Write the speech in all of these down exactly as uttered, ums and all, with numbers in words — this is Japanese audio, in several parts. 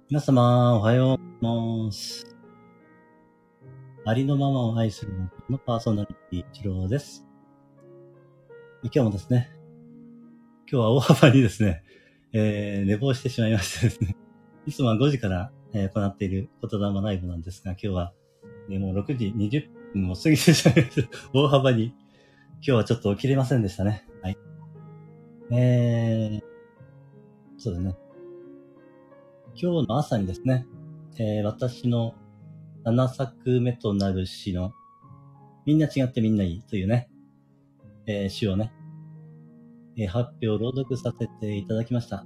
皆様、おはようございます。ありのままを愛するのパーソナリティ、一郎です。今日もですね、今日は大幅にですね、えー、寝坊してしまいましてですね、いつもはごじから、えー、行っている言霊ライブなんですが、今日は、えー、もうろくじにじゅっぷんを過ぎてしまいました。大幅に、今日はちょっと起きれませんでしたね。はい。えー、そうだね。今日の朝にですね、えー、私のななさくめとなる詩の、みんな違ってみんないいというね、えー、詩をね、えー、発表、朗読させていただきました。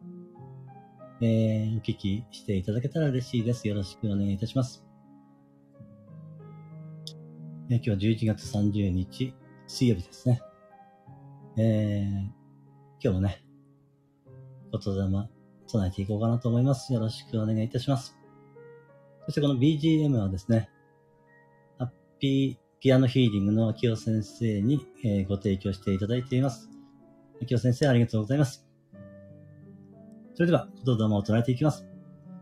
えー、お聞きしていただけたら嬉しいです。よろしくお願いいたします。えー、今日はじゅういちがつさんじゅうにち、水曜日ですね。えー、今日もね、言霊、唱えていこうかなと思います。よろしくお願いいたします。そしてこの ビージーエム はですね、ハッピーピアノヒーリングの秋尾先生に、えー、ご提供していただいています。秋尾先生、ありがとうございます。それでは、言霊を唱えていきます。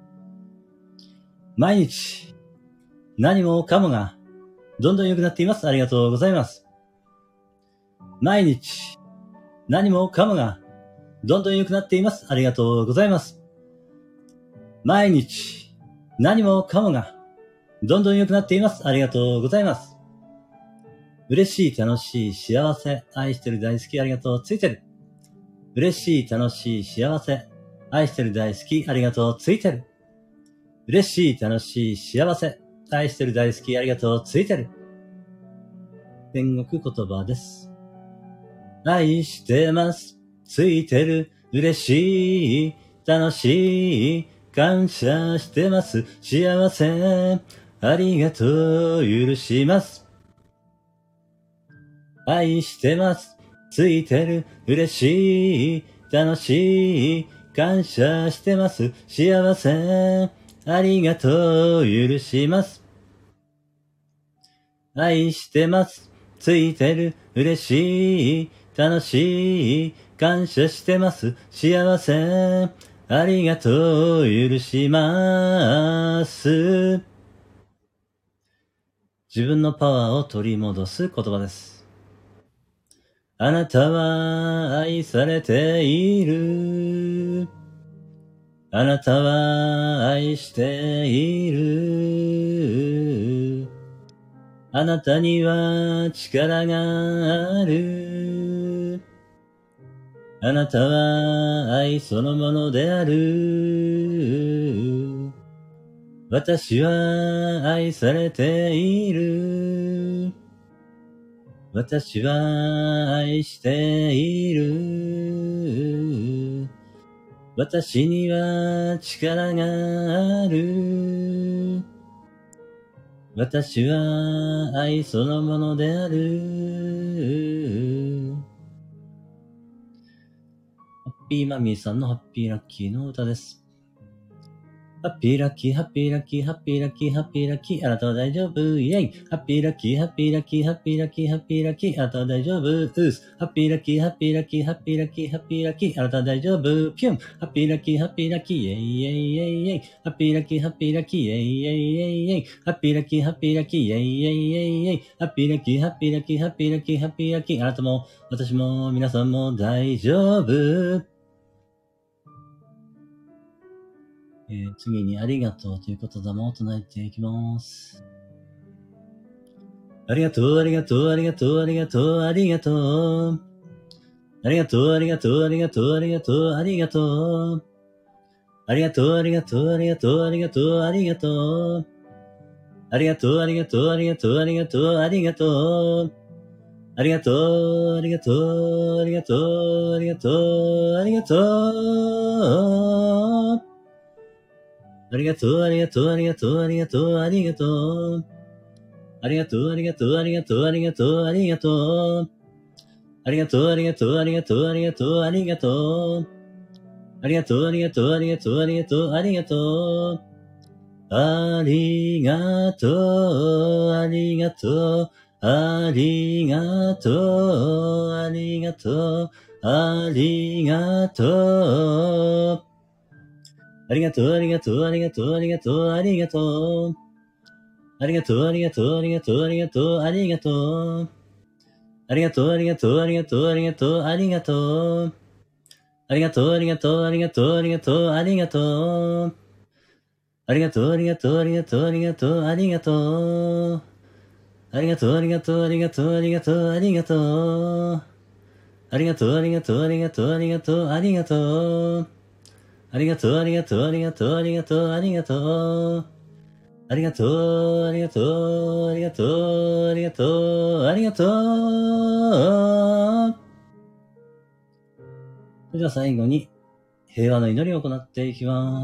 毎日、何もかもが、どんどん良くなっています。ありがとうございます。毎日、何もかもが、どんどん良くなっています。ありがとうございます。毎日、何もかもが、どんどん良くなっています。ありがとうございます。嬉しい、楽しい、幸せ、愛してる、大好き、ありがとう、ついてる。嬉しい、楽しい、幸せ、愛してる、大好き、ありがとう、ついてる。嬉しい、楽しい、幸せ、愛してる、大好き、ありがとう、ついてる。天国言葉です。愛してます。ついてる。嬉しい。楽しい。感謝してます。幸せ。ありがとう。許します。愛してます。ついてる。嬉しい。楽しい。感謝してます。幸せ。ありがとう。許します。愛してます。ついてる。嬉しい。楽しい。感謝してます。幸せ。ありがとう。許します。自分のパワーを取り戻す言葉です。あなたは愛されている。あなたは愛している。あなたには力がある。あなたは愛そのものである。私は愛されている。私は愛している。私には力がある。私は愛そのものである。ハッピーマミーさんのハッピーラッキーの歌です。ハッピーラッキー、ハッピーラッキー、ハッピーラッキー、ハッピーラッキー、あなたは大丈夫、イェイ。ハッピーラッキー、ハッピーラッキー、ハッピーラッキー、ハッピーラッキー、あなたは大丈夫、ウース。ハッピーラッキー、ハッピーラッキー、ハッピーラッキー、ハッピーラッキー、あなたは大丈夫、ピュン。ハッピーラッキー、ハッピーラッキー、イェイイェイイェイイェイ。ハッピーラッキー、ハッピーラッキー、イェイイェイイェイイェイ。ハッピーラッキー、ハッピーラッキー、イェイイェイイェイイェイ。ハッピーラッキー、ハッピーラッキー、ハッピーラッキー、ハッピーラッキー、あなたも、私も、皆さんも大丈夫。えー、次にありがとうという言霊を唱えていきます。ありがとう、ありがとう、ありがとう、ありがとう、ありがとう。ありがとう、ありがとう、ありがとう、ありがとう、ありがとう。ありがとう、ありがとう、ありがとう、ありがとう、ありがとう。ありがとう、ありがとう、ありがとう、ありがとう、ありがとう。ありがとう、ありがとう、ありがとう、ありがとう、ありがとう。ありがとう、ありがとう、ありがとう、ありがとう、ありがとう。ありがとう、ありがとう、ありがとう、ありがとう、ありがとう。ありがとう、ありがとう、ありがとう、ありがとう、ありがとう。ありがとう、ありがとう、ありがとう、ありがとう、ありがとう。ありがとう、ありがとう、ありがとう、ありがとう、ありがとう。 ありがとう、ありがとう、ありがとう、ありがとう、ありがとう。ありがとう、ありがとう、ありがとう、ありがとう、ありがとう。ありがとう、ありがとう、ありがとう、ありがとう、ありがとう。ありがとう、ありがとう、ありがとう、ありがとう、ありがとう。ありがとう、ありがとう、ありがとう、ありがとう、ありがとう。ありがとう、ありがとう、ありがとう、ありがとう、ありがとう。ありがとう、ありがとう、ありがとう、ありがとう、ありがとう。ありがとう、ありがとう、ありがとう、ありがとう、ありがとう。ありがとう、ありがとう、ありがとう、ありがとう、ありがとう。それでは最後に平和の祈りを行っていきます。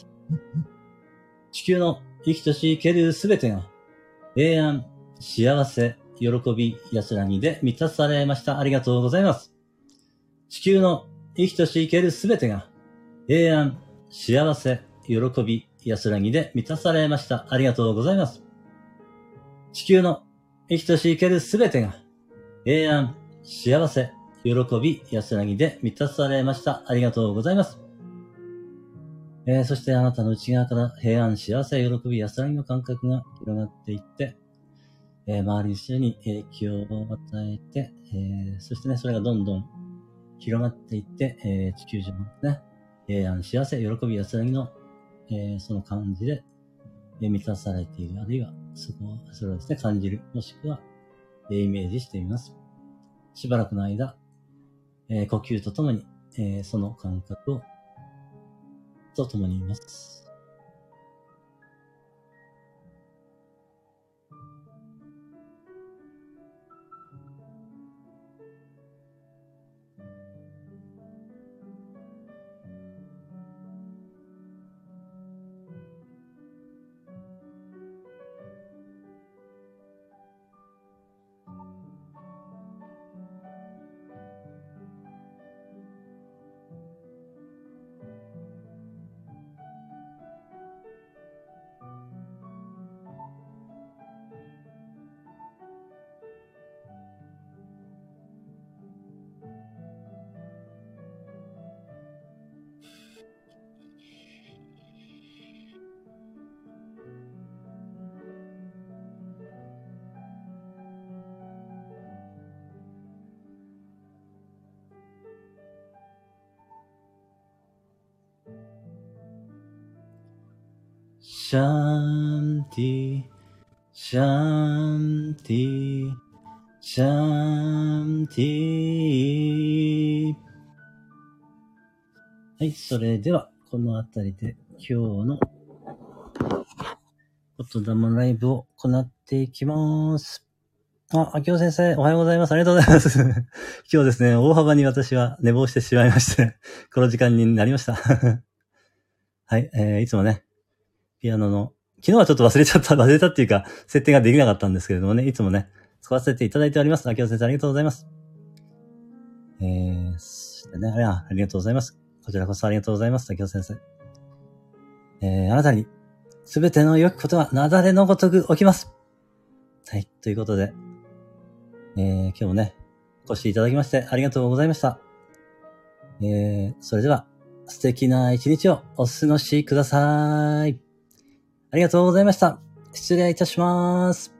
地球の生きとし生けるすべてが平安、幸せ、喜び、安らぎで満たされました。ありがとうございます。地球の生きとし生けるすべてが平安、幸せ、喜び、安らぎで満たされました。ありがとうございます。地球の生きとし生けるすべてが平安、幸せ、喜び、安らぎで満たされました。ありがとうございます。えー、そしてあなたの内側から平安、幸せ、喜び、安らぎの感覚が広がっていって、えー、周りの人に影響を与えて、えー、そしてね、それがどんどん広がっていって、えー、地球上のね、平安、幸せ、喜び、安らぎの、えー、その感じで、えー、満たされている、あるいは、そこ、それをですね、感じる、もしくは、えー、イメージしてみます。しばらくの間、えー、呼吸とともに、えー、その感覚を、とともにいます。シャンティ、シャンティ、シャンティ。はい、それでは、このあたりで今日の言霊ライブを行っていきます。あ、秋尾先生、おはようございます。ありがとうございます。今日ですね、大幅に私は寝坊してしまいまして、この時間になりました。はい、えー、いつもね、ピアノの、昨日はちょっと忘れちゃった、忘れたっていうか、設定ができなかったんですけれどもね、いつもね、使わせていただいております。秋尾先生、ありがとうございます。えー、そしてね、ありがとうございます。こちらこそありがとうございます、秋尾先生。えー、あなたに、すべての良きことが雪崩のごとく起きます。はい、ということで、えー、今日もね、お越しいただきましてありがとうございました。えー、それでは、素敵な一日をお過ごしください。ありがとうございました。失礼いたします。